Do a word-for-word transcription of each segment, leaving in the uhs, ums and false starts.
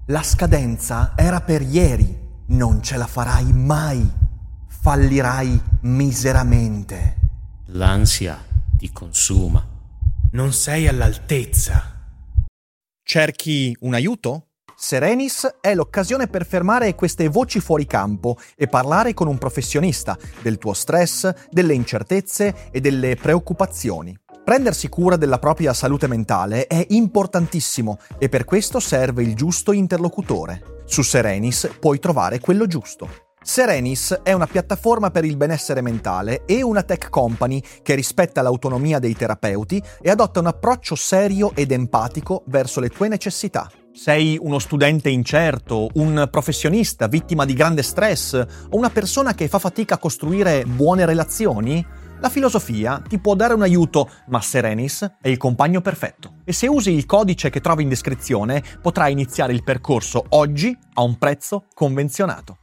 La scadenza era per ieri, non ce la farai mai, fallirai miseramente. L'ansia ti consuma. Non sei all'altezza. Cerchi un aiuto? Serenis è l'occasione per fermare queste voci fuori campo e parlare con un professionista del tuo stress, delle incertezze e delle preoccupazioni. Prendersi cura della propria salute mentale è importantissimo e per questo serve il giusto interlocutore. Su Serenis puoi trovare quello giusto. Serenis è una piattaforma per il benessere mentale e una tech company che rispetta l'autonomia dei terapeuti e adotta un approccio serio ed empatico verso le tue necessità. Sei uno studente incerto, un professionista vittima di grande stress o una persona che fa fatica a costruire buone relazioni? La filosofia ti può dare un aiuto, ma Serenis è il compagno perfetto. E se usi il codice che trovi in descrizione, potrai iniziare il percorso oggi a un prezzo convenzionato.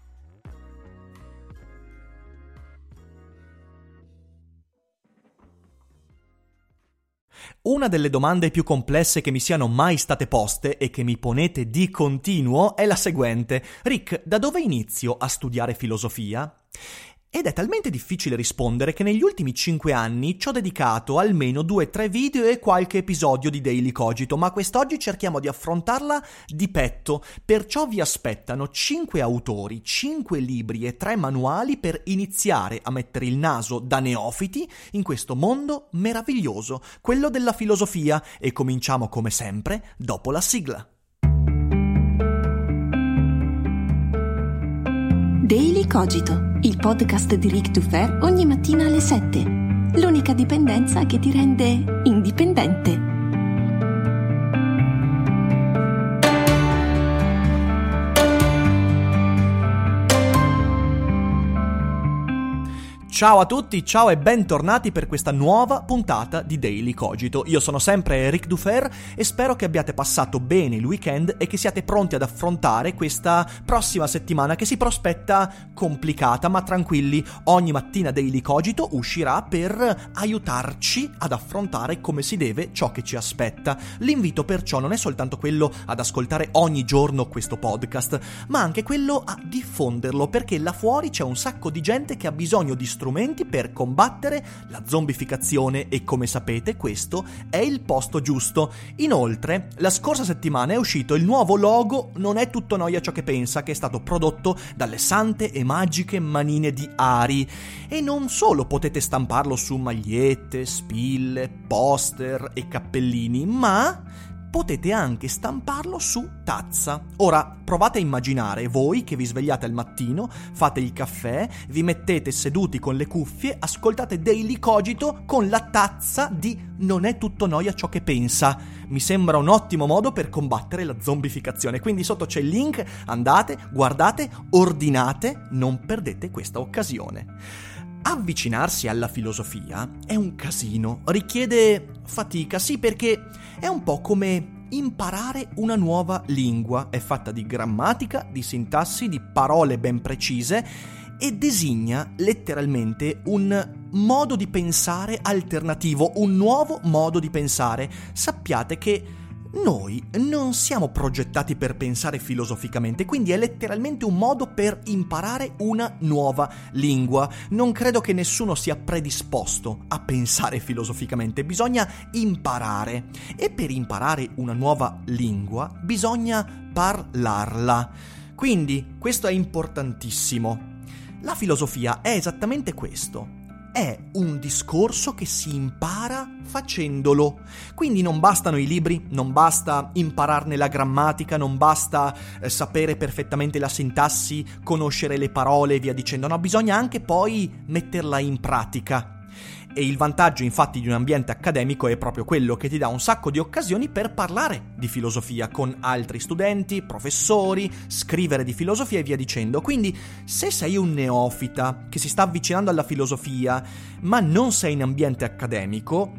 Una delle domande più complesse che mi siano mai state poste e che mi ponete di continuo è la seguente: Rick, da dove inizio a studiare filosofia? Ed è talmente difficile rispondere che negli ultimi cinque anni ci ho dedicato almeno due o tre video e qualche episodio di Daily Cogito, ma quest'oggi cerchiamo di affrontarla di petto. Perciò vi aspettano cinque autori, cinque libri e tre manuali per iniziare a mettere il naso da neofiti in questo mondo meraviglioso, quello della filosofia, e cominciamo come sempre dopo la sigla. Daily Cogito, il podcast di Rick Dufer ogni mattina alle sette. L'unica dipendenza che ti rende indipendente. Ciao a tutti, ciao e bentornati per questa nuova puntata di Daily Cogito. Io sono sempre Rick Dufer e spero che abbiate passato bene il weekend e che siate pronti ad affrontare questa prossima settimana che si prospetta complicata, ma tranquilli, ogni mattina Daily Cogito uscirà per aiutarci ad affrontare come si deve ciò che ci aspetta. L'invito perciò non è soltanto quello ad ascoltare ogni giorno questo podcast, ma anche quello a diffonderlo, perché là fuori c'è un sacco di gente che ha bisogno di strumenti per combattere la zombificazione e, come sapete, questo è il posto giusto. Inoltre, la scorsa settimana è uscito il nuovo logo Non è tutto noia ciò che pensa, che è stato prodotto dalle sante e magiche manine di Ari, e non solo potete stamparlo su magliette, spille, poster e cappellini, ma potete anche stamparlo su tazza. Ora, provate a immaginare voi che vi svegliate al mattino, fate il caffè, vi mettete seduti con le cuffie, ascoltate Daily Cogito con la tazza di Non è tutto noia ciò che pensa. Mi sembra un ottimo modo per combattere la zombificazione. Quindi sotto c'è il link, andate, guardate, ordinate, non perdete questa occasione. Avvicinarsi alla filosofia è un casino, richiede fatica, sì, perché è un po' come imparare una nuova lingua, è fatta di grammatica, di sintassi, di parole ben precise e designa letteralmente un modo di pensare alternativo, un nuovo modo di pensare. Sappiate che noi non siamo progettati per pensare filosoficamente, quindi è letteralmente un modo per imparare una nuova lingua. Non credo che nessuno sia predisposto a pensare filosoficamente, bisogna imparare. E per imparare una nuova lingua bisogna parlarla. Quindi questo è importantissimo. La filosofia è esattamente questo. È un discorso che si impara facendolo. Quindi non bastano i libri, non basta impararne la grammatica, non basta eh, sapere perfettamente la sintassi, conoscere le parole e via dicendo. No, bisogna anche poi metterla in pratica. E il vantaggio infatti di un ambiente accademico è proprio quello che ti dà un sacco di occasioni per parlare di filosofia con altri studenti, professori, scrivere di filosofia e via dicendo. Quindi se sei un neofita che si sta avvicinando alla filosofia ma non sei in ambiente accademico,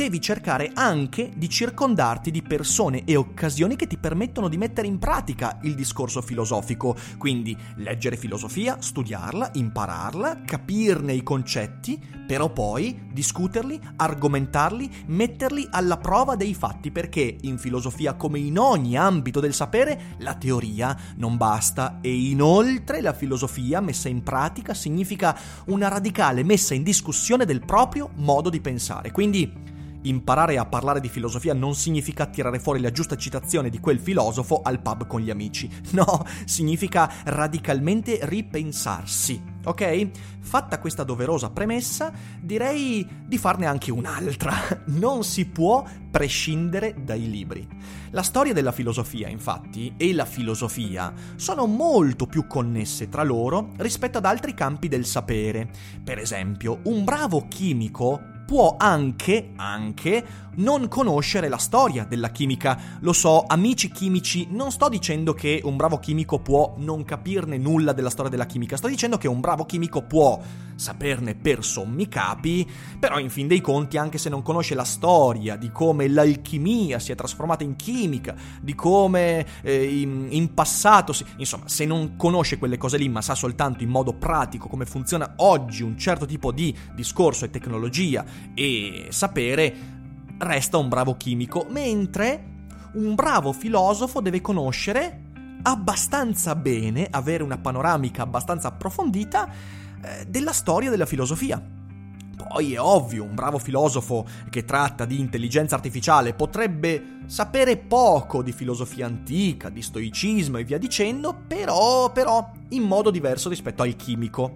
devi cercare anche di circondarti di persone e occasioni che ti permettono di mettere in pratica il discorso filosofico. Quindi leggere filosofia, studiarla, impararla, capirne i concetti, però poi discuterli, argomentarli, metterli alla prova dei fatti, perché in filosofia, come in ogni ambito del sapere, la teoria non basta e inoltre la filosofia messa in pratica significa una radicale messa in discussione del proprio modo di pensare. Quindi imparare a parlare di filosofia non significa tirare fuori la giusta citazione di quel filosofo al pub con gli amici. No, significa radicalmente ripensarsi, ok? Fatta questa doverosa premessa, direi di farne anche un'altra. Non si può prescindere dai libri. La storia della filosofia, infatti, e la filosofia sono molto più connesse tra loro rispetto ad altri campi del sapere. Per esempio, un bravo chimico può anche, anche non conoscere la storia della chimica. Lo so, amici chimici, non sto dicendo che un bravo chimico può non capirne nulla della storia della chimica, sto dicendo che un bravo chimico può saperne per sommi capi, però in fin dei conti, anche se non conosce la storia di come l'alchimia si è trasformata in chimica, di come eh, in, in passato, si, insomma, se non conosce quelle cose lì, ma sa soltanto in modo pratico come funziona oggi un certo tipo di discorso e tecnologia e sapere, resta un bravo chimico, mentre un bravo filosofo deve conoscere abbastanza bene, avere una panoramica abbastanza approfondita eh, della storia della filosofia. Poi è ovvio, un bravo filosofo che tratta di intelligenza artificiale potrebbe sapere poco di filosofia antica, di stoicismo e via dicendo, però, però in modo diverso rispetto al chimico.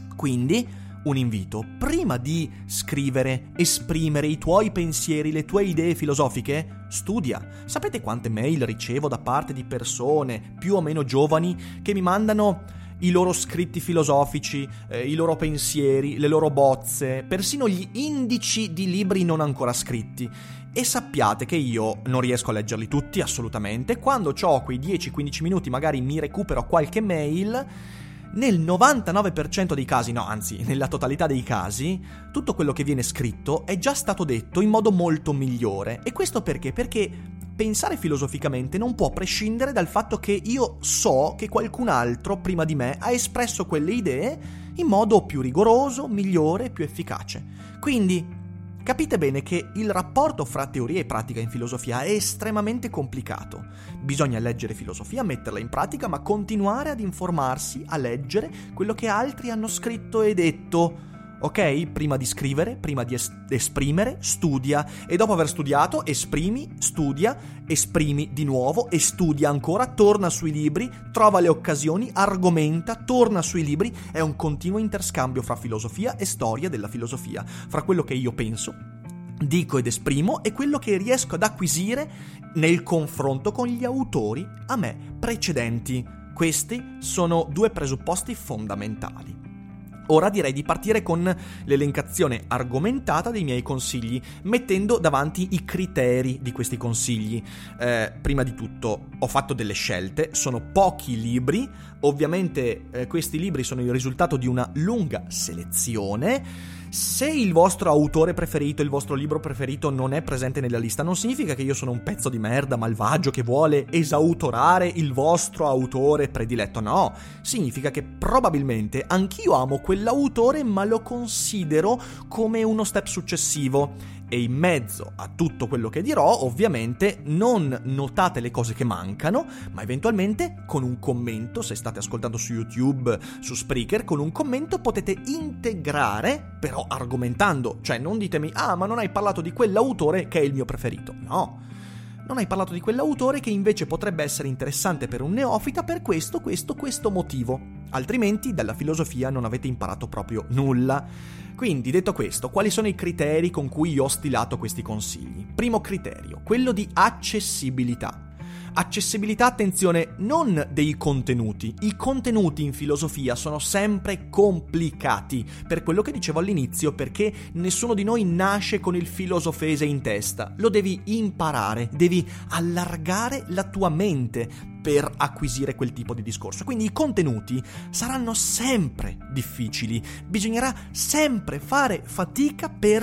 Quindi un invito: prima di scrivere, esprimere i tuoi pensieri, le tue idee filosofiche, studia. Sapete quante mail ricevo da parte di persone più o meno giovani che mi mandano i loro scritti filosofici, eh, i loro pensieri, le loro bozze, persino gli indici di libri non ancora scritti. E sappiate che io non riesco a leggerli tutti, assolutamente. Quando ho quei dieci quindici minuti magari mi recupero qualche mail. Nel novantanove per cento dei casi, no, anzi, nella totalità dei casi, tutto quello che viene scritto è già stato detto in modo molto migliore. E questo perché? Perché pensare filosoficamente non può prescindere dal fatto che io so che qualcun altro prima di me ha espresso quelle idee in modo più rigoroso, migliore, più efficace. Quindi capite bene che il rapporto fra teoria e pratica in filosofia è estremamente complicato. Bisogna leggere filosofia, metterla in pratica, ma continuare ad informarsi, a leggere quello che altri hanno scritto e detto. Ok? Prima di scrivere, prima di es- esprimere, studia, e dopo aver studiato, esprimi, studia, esprimi di nuovo e studia ancora, torna sui libri, trova le occasioni, argomenta, torna sui libri. È un continuo interscambio fra filosofia e storia della filosofia, fra quello che io penso, dico ed esprimo e quello che riesco ad acquisire nel confronto con gli autori a me precedenti. Questi sono due presupposti fondamentali. Ora direi di partire con l'elencazione argomentata dei miei consigli, mettendo davanti i criteri di questi consigli. Eh, prima di tutto ho fatto delle scelte, sono pochi libri, ovviamente eh, questi libri sono il risultato di una lunga selezione. Se il vostro autore preferito, il vostro libro preferito non è presente nella lista, non significa che io sono un pezzo di merda malvagio che vuole esautorare il vostro autore prediletto, no, significa che probabilmente anch'io amo quell'autore ma lo considero come uno step successivo. E in mezzo a tutto quello che dirò, ovviamente, non notate le cose che mancano, ma eventualmente con un commento, se state ascoltando su YouTube, su Spreaker, con un commento potete integrare, però argomentando. Cioè non ditemi, ah, ma non hai parlato di quell'autore che è il mio preferito. No, non hai parlato di quell'autore che invece potrebbe essere interessante per un neofita per questo, questo, questo motivo. Altrimenti dalla filosofia non avete imparato proprio nulla. Quindi, detto questo, quali sono i criteri con cui io ho stilato questi consigli? Primo criterio, quello di accessibilità. Accessibilità, attenzione, non dei contenuti. I contenuti in filosofia sono sempre complicati, per quello che dicevo all'inizio, perché nessuno di noi nasce con il filosofese in testa. Lo devi imparare, devi allargare la tua mente per acquisire quel tipo di discorso. Quindi i contenuti saranno sempre difficili, bisognerà sempre fare fatica per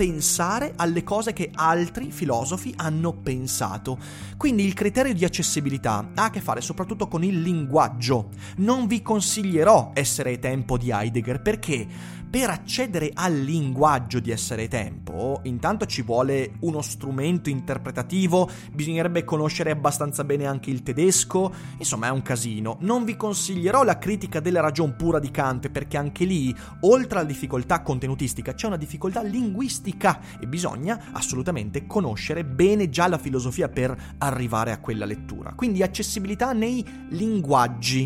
pensare alle cose che altri filosofi hanno pensato. Quindi il criterio di accessibilità ha a che fare soprattutto con il linguaggio. Non vi consiglierò Essere e Tempo di Heidegger, perché per accedere al linguaggio di Essere e Tempo, intanto ci vuole uno strumento interpretativo, bisognerebbe conoscere abbastanza bene anche il tedesco, insomma è un casino. Non vi consiglierò la critica della ragion pura di Kant, perché anche lì, oltre alla difficoltà contenutistica, c'è una difficoltà linguistica e bisogna assolutamente conoscere bene già la filosofia per arrivare a quella lettura. Quindi accessibilità nei linguaggi.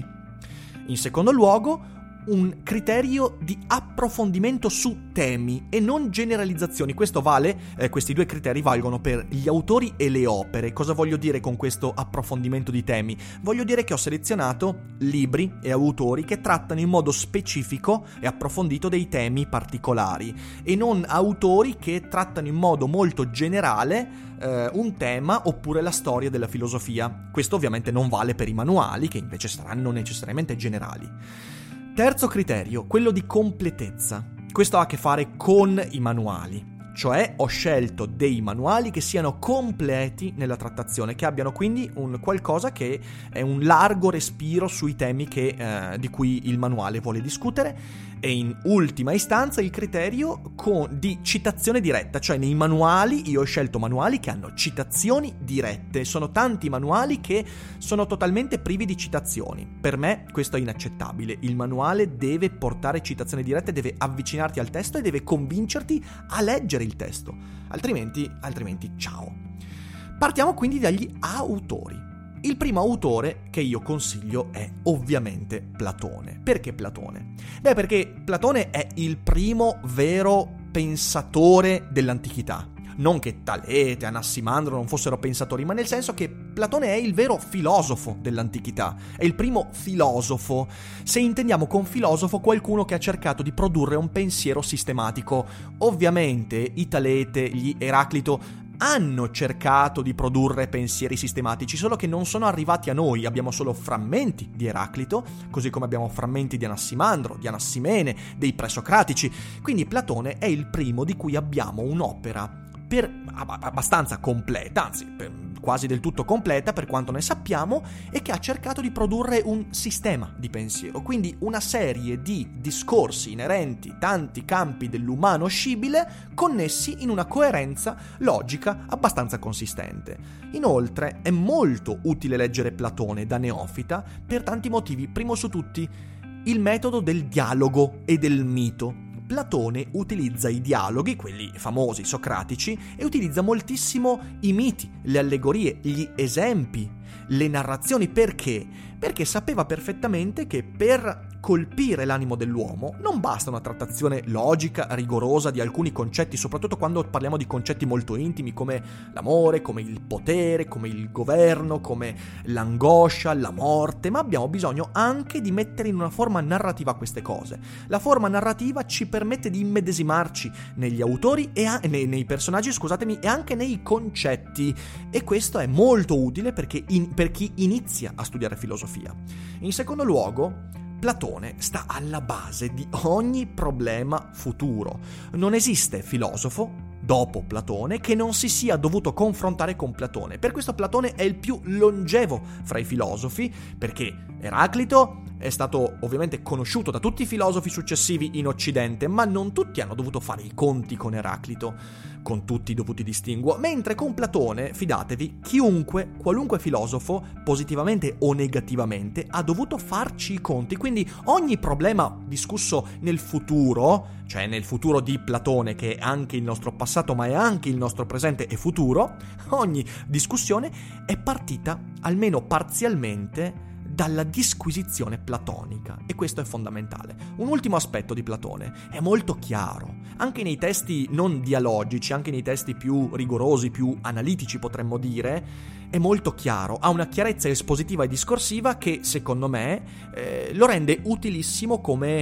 In secondo luogo, un criterio di approfondimento su temi e non generalizzazioni. Questo vale, eh, questi due criteri valgono per gli autori e le opere. Cosa voglio dire con questo approfondimento di temi? Voglio dire che ho selezionato libri e autori che trattano in modo specifico e approfondito dei temi particolari e non autori che trattano in modo molto generale eh, un tema oppure la storia della filosofia. Questo ovviamente non vale per i manuali, che invece saranno necessariamente generali. Terzo criterio, quello di completezza. Questo ha a che fare con i manuali, cioè ho scelto dei manuali che siano completi nella trattazione, che abbiano quindi un qualcosa che è un largo respiro sui temi che, eh, di cui il manuale vuole discutere. E in ultima istanza il criterio con, di citazione diretta, cioè nei manuali io ho scelto manuali che hanno citazioni dirette. Sono tanti manuali che sono totalmente privi di citazioni. Per me questo è inaccettabile. Il manuale deve portare citazioni dirette, deve avvicinarti al testo e deve convincerti a leggere il testo, altrimenti, altrimenti ciao. Partiamo quindi dagli autori. Il primo autore che io consiglio è ovviamente Platone. Perché Platone? Beh, perché Platone è il primo vero pensatore dell'antichità. Non che Talete, Anassimandro non fossero pensatori, ma nel senso che Platone è il vero filosofo dell'antichità, è il primo filosofo, se intendiamo con filosofo qualcuno che ha cercato di produrre un pensiero sistematico. Ovviamente i Talete, gli Eraclito hanno cercato di produrre pensieri sistematici, solo che non sono arrivati a noi. Abbiamo solo frammenti di Eraclito, così come abbiamo frammenti di Anassimandro, di Anassimene, dei presocratici. Quindi Platone è il primo di cui abbiamo un'opera per abbastanza completa, anzi per quasi del tutto completa per quanto ne sappiamo, e che ha cercato di produrre un sistema di pensiero, quindi una serie di discorsi inerenti tanti campi dell'umano scibile connessi in una coerenza logica abbastanza consistente. Inoltre è molto utile leggere Platone da neofita per tanti motivi. Primo su tutti, il metodo del dialogo e del mito. Platone utilizza i dialoghi, quelli famosi socratici, e utilizza moltissimo i miti, le allegorie, gli esempi, le narrazioni. Perché? Perché sapeva perfettamente che per colpire l'animo dell'uomo non basta una trattazione logica, rigorosa di alcuni concetti, soprattutto quando parliamo di concetti molto intimi come l'amore, come il potere, come il governo, come l'angoscia, la morte, ma abbiamo bisogno anche di mettere in una forma narrativa queste cose. La forma narrativa ci permette di immedesimarci negli autori e a- nei, nei personaggi, scusatemi, e anche nei concetti, e questo è molto utile perché in, per chi inizia a studiare filosofia. In secondo luogo, Platone sta alla base di ogni problema futuro. Non esiste filosofo dopo Platone che non si sia dovuto confrontare con Platone. Per questo Platone è il più longevo fra i filosofi, perché Eraclito è stato ovviamente conosciuto da tutti i filosofi successivi in Occidente, ma non tutti hanno dovuto fare i conti con Eraclito, con tutti i dovuti distinguo, mentre con Platone, fidatevi, chiunque, qualunque filosofo, positivamente o negativamente, ha dovuto farci i conti. Quindi ogni problema discusso nel futuro, cioè nel futuro di Platone, che è anche il nostro passato ma è anche il nostro presente e futuro, ogni discussione è partita almeno parzialmente dalla disquisizione platonica, e questo è fondamentale. Un ultimo aspetto di Platone: è molto chiaro, anche nei testi non dialogici, anche nei testi più rigorosi, più analitici potremmo dire, è molto chiaro, ha una chiarezza espositiva e discorsiva che secondo me eh, lo rende utilissimo come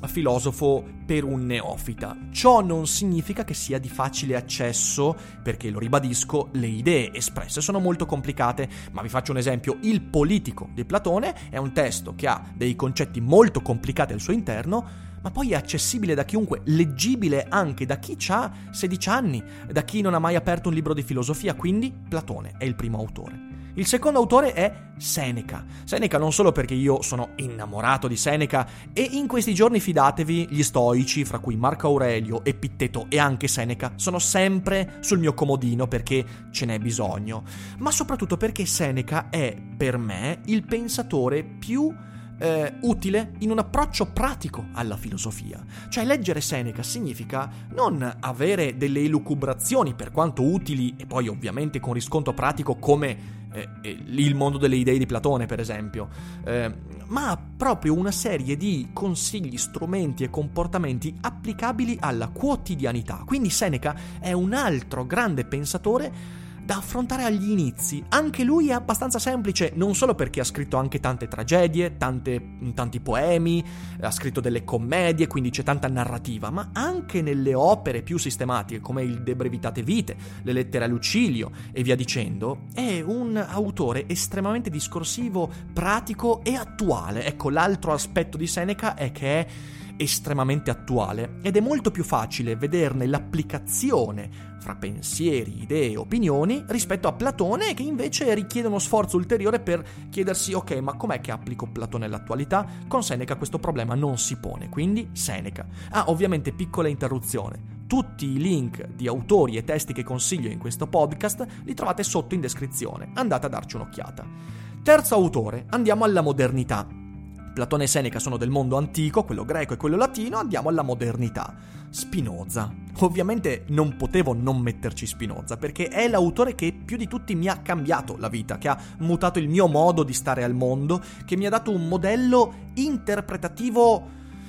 filosofo per un neofita. Ciò non significa che sia di facile accesso, perché, lo ribadisco, le idee espresse sono molto complicate, ma vi faccio un esempio. Il Politico di Platone è un testo che ha dei concetti molto complicati al suo interno, ma poi è accessibile da chiunque, leggibile anche da chi ha sedici anni, da chi non ha mai aperto un libro di filosofia, quindi Platone è il primo autore. Il secondo autore è Seneca. Seneca non solo perché io sono innamorato di Seneca e in questi giorni, fidatevi, gli stoici, fra cui Marco Aurelio, Epitteto e anche Seneca, sono sempre sul mio comodino perché ce n'è bisogno, ma soprattutto perché Seneca è per me il pensatore più Eh, utile in un approccio pratico alla filosofia. Cioè, leggere Seneca significa non avere delle elucubrazioni, per quanto utili e poi ovviamente con riscontro pratico, come eh, il mondo delle idee di Platone, per esempio, eh, ma proprio una serie di consigli, strumenti e comportamenti applicabili alla quotidianità. Quindi Seneca è un altro grande pensatore da affrontare agli inizi. Anche lui è abbastanza semplice, non solo perché ha scritto anche tante tragedie, tante, tanti poemi, ha scritto delle commedie, quindi c'è tanta narrativa, ma anche nelle opere più sistematiche come il De Brevitate Vitae, le lettere a Lucilio e via dicendo, è un autore estremamente discorsivo, pratico e attuale. Ecco, l'altro aspetto di Seneca è che è estremamente attuale ed è molto più facile vederne l'applicazione fra pensieri, idee e opinioni rispetto a Platone, che invece richiede uno sforzo ulteriore per chiedersi: ok, ma com'è che applico Platone all'attualità? Con Seneca questo problema non si pone, quindi Seneca. Ah, ovviamente, piccola interruzione: tutti i link di autori e testi che consiglio in questo podcast li trovate sotto in descrizione, andate a darci un'occhiata. Terzo autore, andiamo alla modernità. Platone e Seneca sono del mondo antico, quello greco e quello latino, andiamo alla modernità. Spinoza. Ovviamente non potevo non metterci Spinoza, perché è l'autore che più di tutti mi ha cambiato la vita, che ha mutato il mio modo di stare al mondo, che mi ha dato un modello interpretativo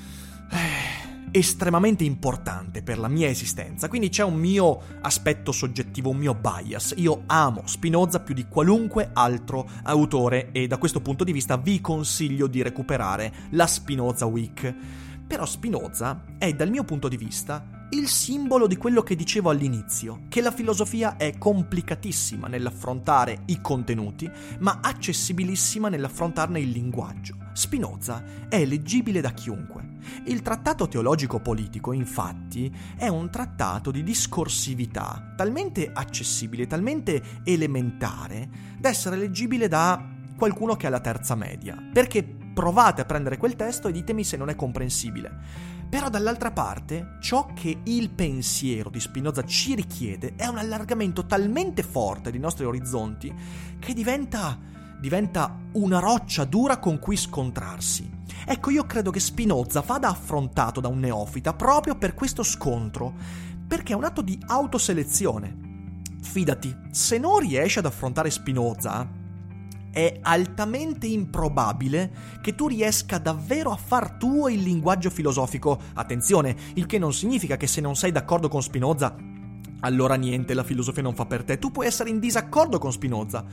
eh, estremamente importante per la mia esistenza. Quindi c'è un mio aspetto soggettivo, un mio bias. Io amo Spinoza più di qualunque altro autore e da questo punto di vista vi consiglio di recuperare la Spinoza Week. Però Spinoza è, dal mio punto di vista, il simbolo di quello che dicevo all'inizio, che la filosofia è complicatissima nell'affrontare i contenuti, ma accessibilissima nell'affrontarne il linguaggio. Spinoza è leggibile da chiunque. Il trattato teologico politico, infatti, è un trattato di discorsività talmente accessibile, talmente elementare, da essere leggibile da qualcuno che ha la terza media. Perché provate a prendere quel testo e ditemi se non è comprensibile. Però dall'altra parte, ciò che il pensiero di Spinoza ci richiede è un allargamento talmente forte dei nostri orizzonti che diventa, diventa una roccia dura con cui scontrarsi. Ecco, io credo che Spinoza vada affrontato da un neofita proprio per questo scontro, perché è un atto di autoselezione. Fidati, se non riesci ad affrontare Spinoza, è altamente improbabile che tu riesca davvero a far tuo il linguaggio filosofico. Attenzione, il che non significa che se non sei d'accordo con Spinoza, allora niente, la filosofia non fa per te. Tu puoi essere in disaccordo con Spinoza,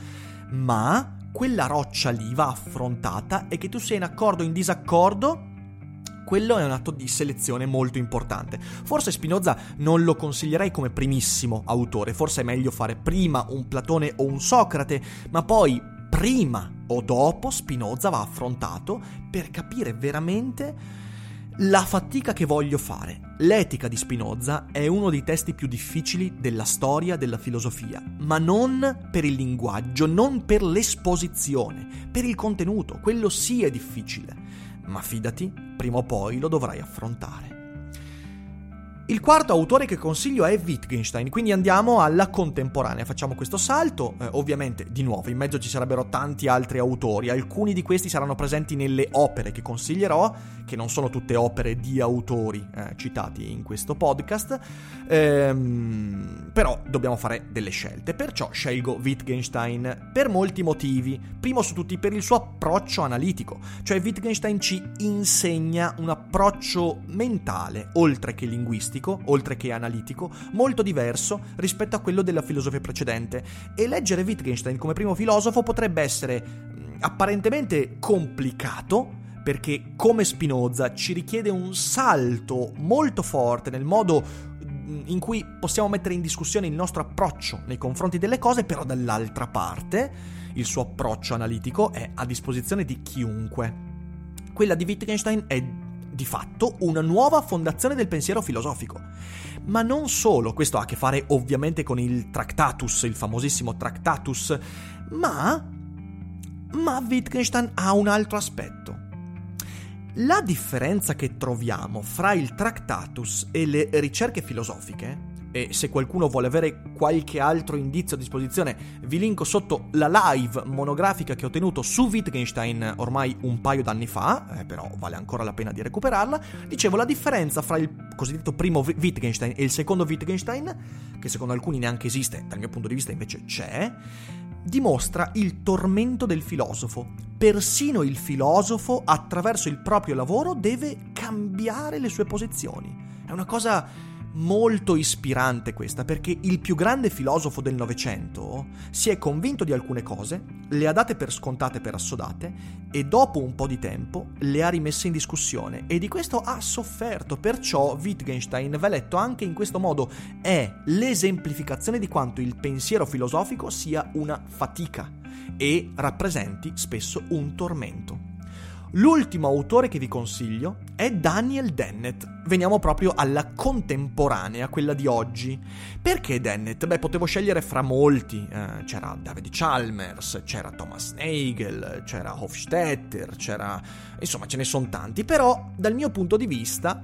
ma quella roccia lì va affrontata, e che tu sia in accordo o in disaccordo, quello è un atto di selezione molto importante. Forse Spinoza non lo consiglierei come primissimo autore, forse è meglio fare prima un Platone o un Socrate, ma poi prima o dopo Spinoza va affrontato per capire veramente la fatica che voglio fare. L'Etica di Spinoza è uno dei testi più difficili della storia della filosofia, ma non per il linguaggio, non per l'esposizione, per il contenuto. Quello sì è difficile, ma fidati, prima o poi lo dovrai affrontare. Il quarto autore che consiglio è Wittgenstein, quindi andiamo alla contemporanea, facciamo questo salto, eh, ovviamente di nuovo in mezzo ci sarebbero tanti altri autori, alcuni di questi saranno presenti nelle opere che consiglierò, che non sono tutte opere di autori eh, citati in questo podcast, ehm, però dobbiamo fare delle scelte, perciò scelgo Wittgenstein per molti motivi. Primo su tutti per il suo approccio analitico, cioè Wittgenstein ci insegna un approccio mentale, oltre che linguistico, oltre che analitico, molto diverso rispetto a quello della filosofia precedente, e leggere Wittgenstein come primo filosofo potrebbe essere apparentemente complicato, perché come Spinoza ci richiede un salto molto forte nel modo in cui possiamo mettere in discussione il nostro approccio nei confronti delle cose, però dall'altra parte il suo approccio analitico è a disposizione di chiunque. Quella di Wittgenstein è di fatto una nuova fondazione del pensiero filosofico. Ma non solo, questo ha a che fare ovviamente con il Tractatus, il famosissimo Tractatus, ma, ma Wittgenstein ha un altro aspetto. La differenza che troviamo fra il Tractatus e le ricerche filosofiche, e se qualcuno vuole avere qualche altro indizio a disposizione vi linko sotto la live monografica che ho tenuto su Wittgenstein ormai un paio d'anni fa, eh, però vale ancora la pena di recuperarla. Dicevo, la differenza fra il cosiddetto primo Wittgenstein e il secondo Wittgenstein, che secondo alcuni neanche esiste, dal mio punto di vista invece c'è, dimostra il tormento del filosofo. Persino il filosofo, attraverso il proprio lavoro, deve cambiare le sue posizioni. È una cosa molto ispirante questa, perché il più grande filosofo del Novecento si è convinto di alcune cose, le ha date per scontate, per assodate, e dopo un po' di tempo le ha rimesse in discussione, e di questo ha sofferto. Perciò Wittgenstein va letto anche in questo modo: è l'esemplificazione di quanto il pensiero filosofico sia una fatica e rappresenti spesso un tormento. L'ultimo autore che vi consiglio è Daniel Dennett. Veniamo proprio alla contemporanea, quella di oggi. Perché Dennett? Beh, potevo scegliere fra molti. Eh, c'era David Chalmers, c'era Thomas Nagel, c'era Hofstetter, c'era... insomma, ce ne sono tanti. Però, dal mio punto di vista,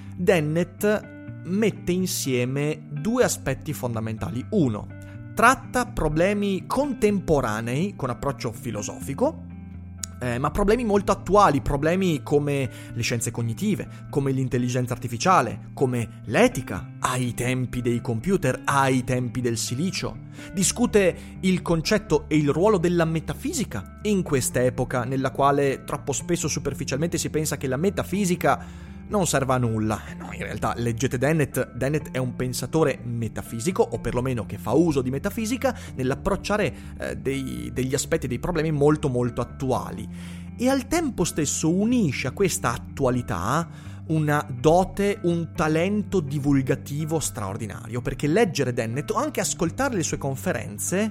Dennett mette insieme due aspetti fondamentali. Uno, tratta problemi contemporanei con approccio filosofico, Eh, ma problemi molto attuali, problemi come le scienze cognitive, come l'intelligenza artificiale, come l'etica ai tempi dei computer, ai tempi del silicio. Discute il concetto e il ruolo della metafisica in questa epoca nella quale troppo spesso superficialmente si pensa che la metafisica non serva a nulla. No, in realtà leggete Dennett. Dennett è un pensatore metafisico, o perlomeno che fa uso di metafisica nell'approcciare eh, dei, degli aspetti, dei problemi molto molto attuali, e al tempo stesso unisce a questa attualità una dote, un talento divulgativo straordinario, perché leggere Dennett o anche ascoltare le sue conferenze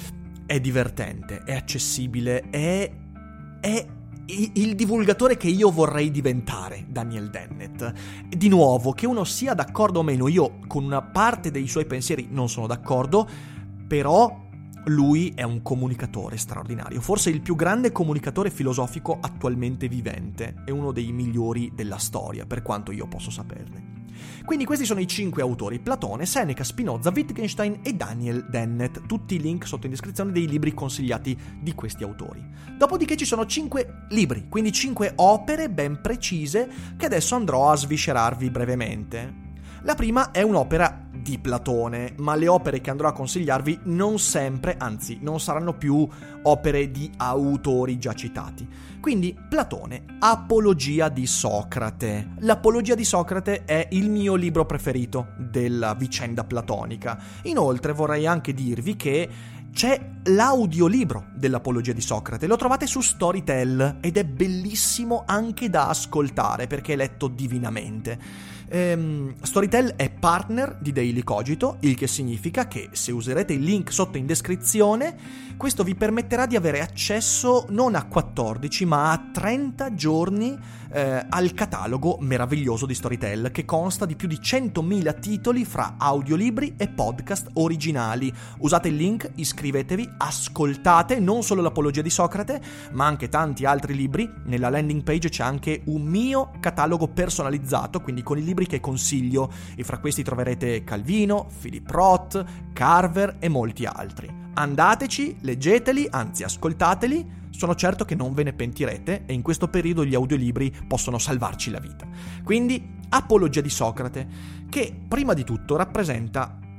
è divertente, è accessibile, è... è il divulgatore che io vorrei diventare, Daniel Dennett. Di nuovo, che uno sia d'accordo o meno, io con una parte dei suoi pensieri non sono d'accordo, però lui è un comunicatore straordinario, forse il più grande comunicatore filosofico attualmente vivente, è uno dei migliori della storia, per quanto io posso saperne. Quindi questi sono i cinque autori: Platone, Seneca, Spinoza, Wittgenstein e Daniel Dennett. Tutti i link sotto in descrizione dei libri consigliati di questi autori. Dopodiché ci sono cinque libri, quindi cinque opere ben precise che adesso andrò a sviscerarvi brevemente. La prima è un'opera di Platone, ma le opere che andrò a consigliarvi non sempre, anzi non saranno più opere di autori già citati. Quindi Platone, Apologia di Socrate. L'Apologia di Socrate è il mio libro preferito della vicenda platonica. Inoltre vorrei anche dirvi che c'è l'audiolibro dell'Apologia di Socrate, lo trovate su Storytel ed è bellissimo anche da ascoltare perché è letto divinamente. Ehm, Storytel è partner di Daily Cogito, il che significa che se userete il link sotto in descrizione, questo vi permetterà di avere accesso non a quattordici ma a trenta giorni eh, al catalogo meraviglioso di Storytel, che consta di più di centomila titoli fra audiolibri e podcast originali. Usate il link, iscrivetevi, ascoltate non solo l'Apologia di Socrate ma anche tanti altri libri. Nella landing page c'è anche un mio catalogo personalizzato, quindi con i libri che consiglio, e fra questi troverete Calvino, Philip Roth, Carver e molti altri. Andateci, leggeteli, anzi ascoltateli, sono certo che non ve ne pentirete e in questo periodo gli audiolibri possono salvarci la vita. Quindi Apologia di Socrate, che prima di tutto rappresenta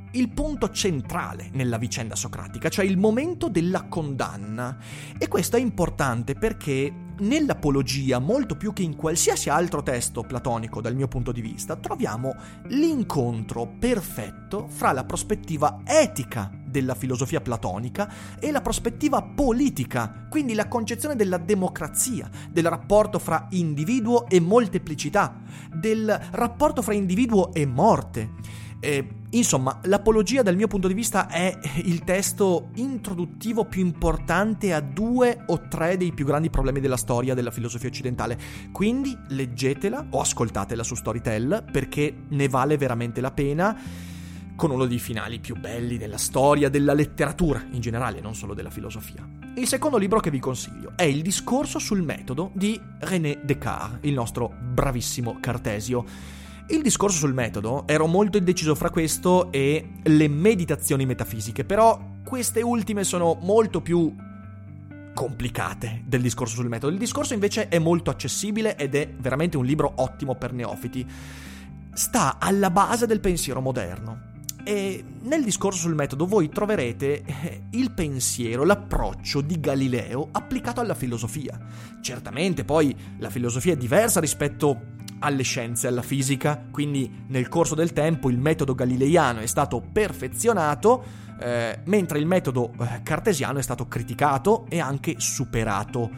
il punto centrale nella vicenda socratica, cioè il momento della condanna. E questo è importante perché nell'Apologia, molto più che in qualsiasi altro testo platonico dal mio punto di vista, troviamo l'incontro perfetto fra la prospettiva etica della filosofia platonica e la prospettiva politica, quindi la concezione della democrazia, del rapporto fra individuo e molteplicità, del rapporto fra individuo e morte. Eh, insomma, l'Apologia dal mio punto di vista è il testo introduttivo più importante a due o tre dei più grandi problemi della storia della filosofia occidentale. Quindi leggetela o ascoltatela su Storytel, perché ne vale veramente la pena, con uno dei finali più belli della storia della letteratura in generale, non solo della filosofia. Il secondo libro che vi consiglio è Il discorso sul metodo di René Descartes, il nostro bravissimo Cartesio. Il discorso sul metodo, ero molto indeciso fra questo e le meditazioni metafisiche, però queste ultime sono molto più complicate del discorso sul metodo. Il discorso invece è molto accessibile ed è veramente un libro ottimo per neofiti. Sta alla base del pensiero moderno. E nel discorso sul metodo voi troverete il pensiero, l'approccio di Galileo applicato alla filosofia. Certamente poi la filosofia è diversa rispetto alle scienze, alla fisica, quindi nel corso del tempo il metodo galileiano è stato perfezionato, eh, mentre il metodo eh, cartesiano è stato criticato e anche superato.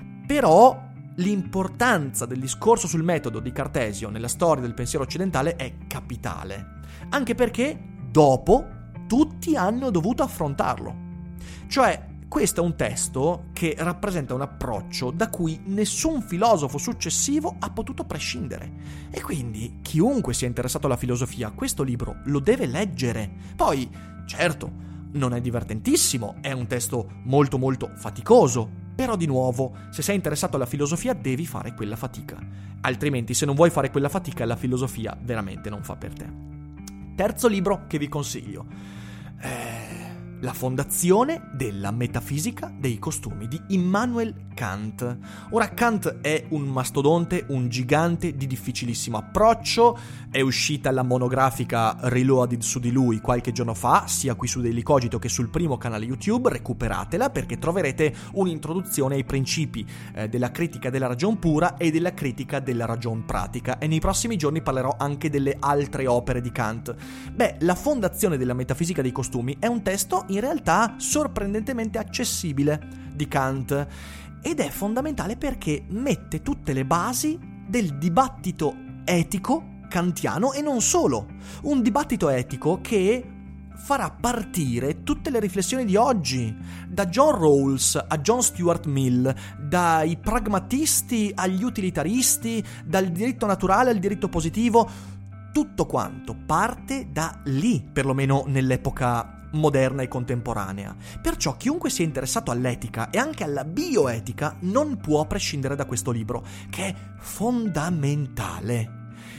Però l'importanza del discorso sul metodo di Cartesio nella storia del pensiero occidentale è capitale, anche perché dopo tutti hanno dovuto affrontarlo. Cioè, questo è un testo che rappresenta un approccio da cui nessun filosofo successivo ha potuto prescindere. E quindi chiunque sia interessato alla filosofia, questo libro lo deve leggere. Poi, certo, non è divertentissimo, è un testo molto molto faticoso, però di nuovo, se sei interessato alla filosofia devi fare quella fatica. Altrimenti, se non vuoi fare quella fatica, la filosofia veramente non fa per te. Terzo libro che vi consiglio. Eh... La fondazione della metafisica dei costumi di Immanuel Kant. Ora, Kant è un mastodonte, un gigante di difficilissimo approccio. È uscita la monografica Reloaded su di lui qualche giorno fa, sia qui su Daily Cogito che sul primo canale YouTube. Recuperatela perché troverete un'introduzione ai principi eh, della critica della ragion pura e della critica della ragion pratica. E nei prossimi giorni parlerò anche delle altre opere di Kant. Beh, la fondazione della metafisica dei costumi è un testo in realtà sorprendentemente accessibile di Kant ed è fondamentale perché mette tutte le basi del dibattito etico kantiano e non solo, un dibattito etico che farà partire tutte le riflessioni di oggi, da John Rawls a John Stuart Mill, dai pragmatisti agli utilitaristi, dal diritto naturale al diritto positivo. Tutto quanto parte da lì, perlomeno nell'epoca moderna e contemporanea. Perciò chiunque sia interessato all'etica e anche alla bioetica non può prescindere da questo libro, che è fondamentale.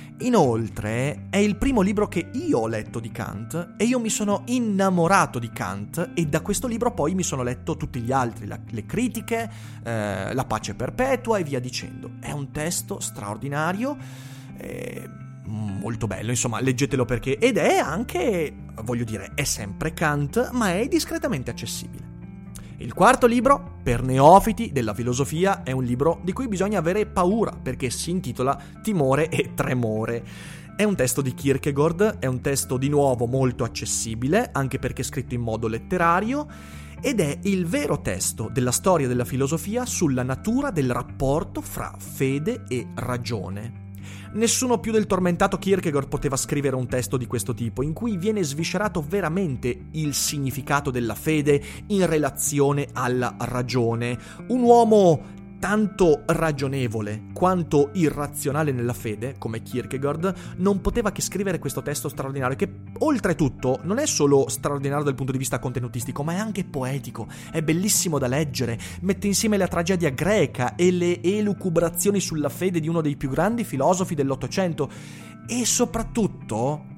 Inoltre è il primo libro che io ho letto di Kant e io mi sono innamorato di Kant e da questo libro poi mi sono letto tutti gli altri, la, le critiche, eh, la pace perpetua e via dicendo. È un testo straordinario, eh, molto bello, insomma, leggetelo perché... Ed è anche, voglio dire, è sempre Kant, ma è discretamente accessibile. Il quarto libro, per neofiti della filosofia, è un libro di cui bisogna avere paura, perché si intitola Timore e Tremore. È un testo di Kierkegaard, è un testo di nuovo molto accessibile, anche perché è scritto in modo letterario, ed è il vero testo della storia della filosofia sulla natura del rapporto fra fede e ragione. Nessuno più del tormentato Kierkegaard poteva scrivere un testo di questo tipo, in cui viene sviscerato veramente il significato della fede in relazione alla ragione. Un uomo tanto ragionevole quanto irrazionale nella fede, come Kierkegaard, non poteva che scrivere questo testo straordinario, che oltretutto non è solo straordinario dal punto di vista contenutistico, ma è anche poetico, è bellissimo da leggere, mette insieme la tragedia greca e le elucubrazioni sulla fede di uno dei più grandi filosofi dell'Ottocento e soprattutto è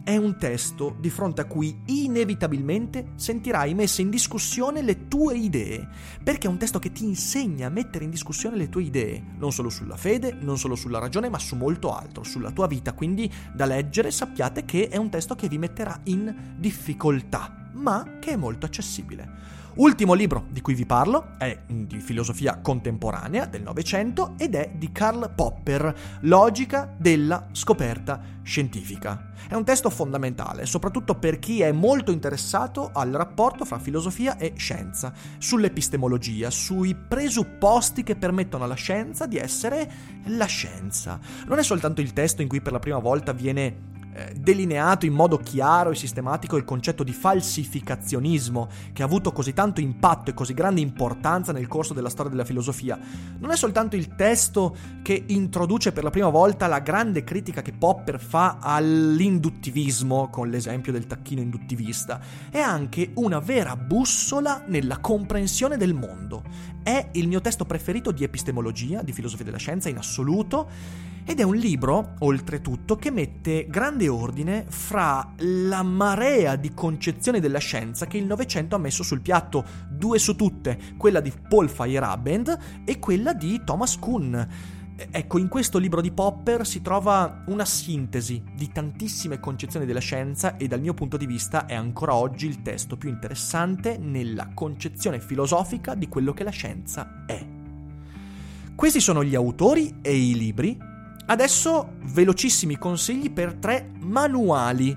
è un testo di fronte a cui inevitabilmente sentirai messe in discussione le tue idee, perché è un testo che ti insegna a mettere in discussione le tue idee, non solo sulla fede, non solo sulla ragione, ma su molto altro, sulla tua vita. Quindi da leggere sappiate che è un testo che vi metterà in difficoltà, ma che è molto accessibile. Ultimo libro di cui vi parlo è di filosofia contemporanea del Novecento ed è di Karl Popper, Logica della scoperta scientifica. È un testo fondamentale, soprattutto per chi è molto interessato al rapporto fra filosofia e scienza, sull'epistemologia, sui presupposti che permettono alla scienza di essere la scienza. Non è soltanto il testo in cui per la prima volta viene delineato in modo chiaro e sistematico il concetto di falsificazionismo che ha avuto così tanto impatto e così grande importanza nel corso della storia della filosofia. Non è soltanto il testo che introduce per la prima volta la grande critica che Popper fa all'induttivismo con l'esempio del tacchino induttivista, è anche una vera bussola nella comprensione del mondo. È il mio testo preferito di epistemologia, di filosofia della scienza in assoluto. Ed è un libro, oltretutto, che mette grande ordine fra la marea di concezioni della scienza che il Novecento ha messo sul piatto, due su tutte, quella di Paul Feyerabend e quella di Thomas Kuhn. Ecco, in questo libro di Popper si trova una sintesi di tantissime concezioni della scienza e dal mio punto di vista è ancora oggi il testo più interessante nella concezione filosofica di quello che la scienza è. Questi sono gli autori e i libri. Adesso velocissimi consigli per tre manuali,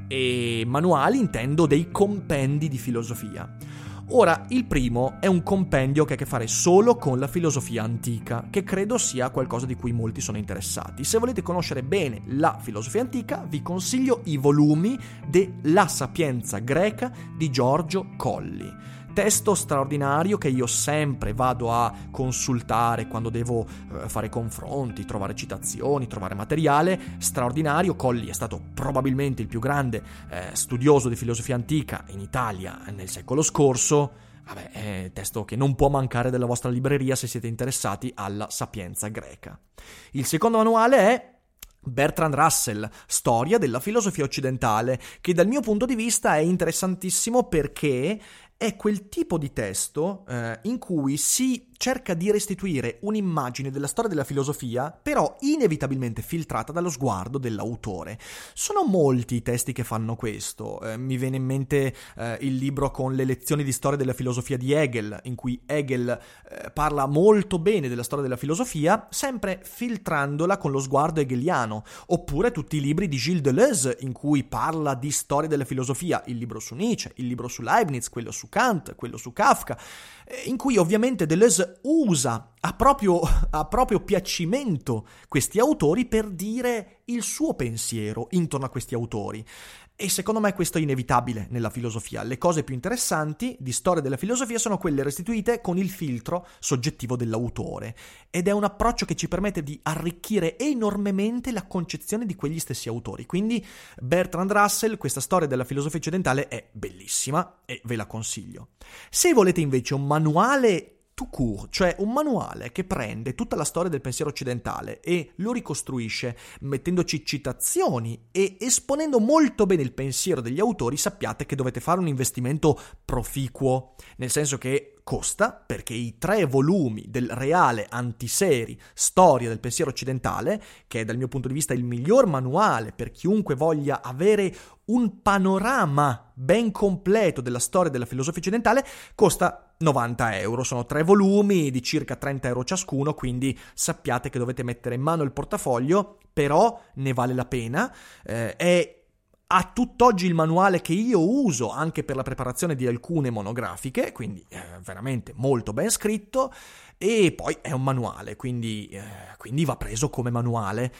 e manuali intendo dei compendi di filosofia. Ora, il primo è un compendio che ha a che fare solo con la filosofia antica, che credo sia qualcosa di cui molti sono interessati. Se volete conoscere bene la filosofia antica, vi consiglio i volumi de La Sapienza greca di Giorgio Colli. Testo straordinario che io sempre vado a consultare quando devo eh, fare confronti, trovare citazioni, trovare materiale. Straordinario. Colli è stato probabilmente il più grande eh, studioso di filosofia antica in Italia nel secolo scorso. Vabbè, è testo che non può mancare della vostra libreria se siete interessati alla sapienza greca. Il secondo manuale è Bertrand Russell, Storia della filosofia occidentale, che dal mio punto di vista è interessantissimo perché è quel tipo di testo eh, in cui si cerca di restituire un'immagine della storia della filosofia, però inevitabilmente filtrata dallo sguardo dell'autore. Sono molti i testi che fanno questo. Eh, mi viene in mente eh, il libro con le lezioni di storia della filosofia di Hegel, in cui Hegel eh, parla molto bene della storia della filosofia, sempre filtrandola con lo sguardo hegeliano. Oppure tutti i libri di Gilles Deleuze, in cui parla di storia della filosofia, il libro su Nietzsche, il libro su Leibniz, quello su Kant, quello su Kafka, in cui ovviamente Deleuze usa a proprio, a proprio piacimento questi autori per dire il suo pensiero intorno a questi autori. E secondo me questo è inevitabile nella filosofia. Le cose più interessanti di storia della filosofia sono quelle restituite con il filtro soggettivo dell'autore. Ed è un approccio che ci permette di arricchire enormemente la concezione di quegli stessi autori. Quindi Bertrand Russell, questa storia della filosofia occidentale, è bellissima e ve la consiglio. Se volete invece un manuale tout court, cioè un manuale che prende tutta la storia del pensiero occidentale e lo ricostruisce mettendoci citazioni e esponendo molto bene il pensiero degli autori, sappiate che dovete fare un investimento proficuo, nel senso che costa, perché i tre volumi del Reale Antiseri, Storia del pensiero occidentale, che è dal mio punto di vista il miglior manuale per chiunque voglia avere un panorama ben completo della storia della filosofia occidentale, costa novanta euro. Sono tre volumi di circa trenta euro ciascuno, quindi sappiate che dovete mettere in mano il portafoglio, però ne vale la pena. Eh, è a tutt'oggi il manuale che io uso anche per la preparazione di alcune monografiche, quindi eh, veramente molto ben scritto, e poi è un manuale, quindi, eh, quindi va preso come manuale.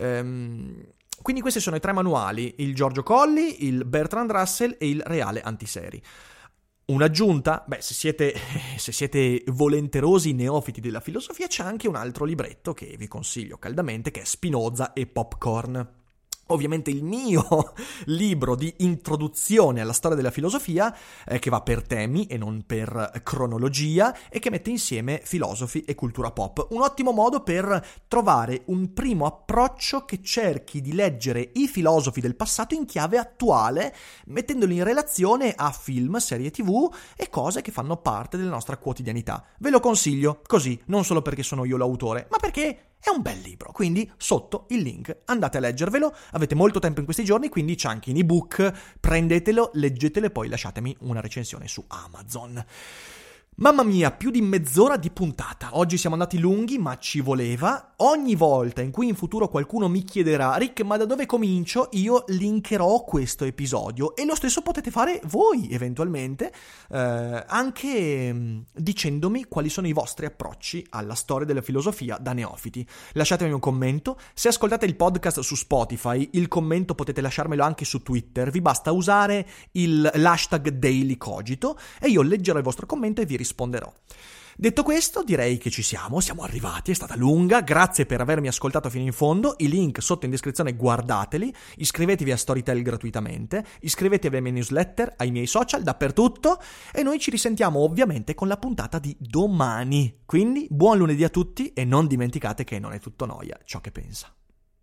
Ehm, quindi questi sono i tre manuali, il Giorgio Colli, il Bertrand Russell e il Reale Antiseri. Un'aggiunta? Beh, se siete, se siete volenterosi neofiti della filosofia, c'è anche un altro libretto che vi consiglio caldamente, che è Spinoza e Popcorn. ovviamente il mio libro di introduzione alla storia della filosofia, eh, che va per temi e non per cronologia e che mette insieme filosofi e cultura pop. Un ottimo modo per trovare un primo approccio che cerchi di leggere i filosofi del passato in chiave attuale, mettendoli in relazione a film, serie tv e cose che fanno parte della nostra quotidianità. Ve lo consiglio così, non solo perché sono io l'autore, ma perché è un bel libro, quindi sotto il link andate a leggervelo, avete molto tempo in questi giorni, quindi c'è anche in ebook, prendetelo, leggetelo e poi lasciatemi una recensione su Amazon. Mamma mia, più di mezz'ora di puntata. Oggi siamo andati lunghi, ma ci voleva. Ogni volta in cui in futuro qualcuno mi chiederà Rick, ma da dove comincio? Io linkerò questo episodio e lo stesso potete fare voi eventualmente, eh, anche mh, dicendomi quali sono i vostri approcci alla storia della filosofia da neofiti. Lasciatemi un commento. Se ascoltate il podcast su Spotify, il commento potete lasciarmelo anche su Twitter. Vi basta usare il, l'hashtag DailyCogito e io leggerò il vostro commento e vi risponderò. Detto questo, direi che ci siamo, siamo arrivati, è stata lunga, grazie per avermi ascoltato fino in fondo, i link sotto in descrizione guardateli, iscrivetevi a Storytel gratuitamente, iscrivetevi alle mie newsletter, ai miei social, dappertutto, e noi ci risentiamo ovviamente con la puntata di domani. Quindi buon lunedì a tutti e non dimenticate che non è tutto noia ciò che pensa.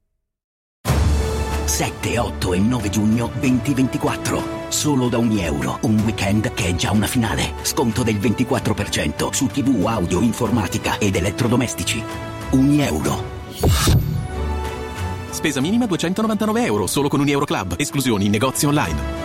sette, otto e nove giugno duemilaventiquattro. Solo da ogni euro. Un weekend che è già una finale. Sconto del ventiquattro per cento su tivù, audio, informatica ed elettrodomestici. Ogni euro. Spesa minima duecentonovantanove euro solo con un Euro Club. Esclusioni in negozi online.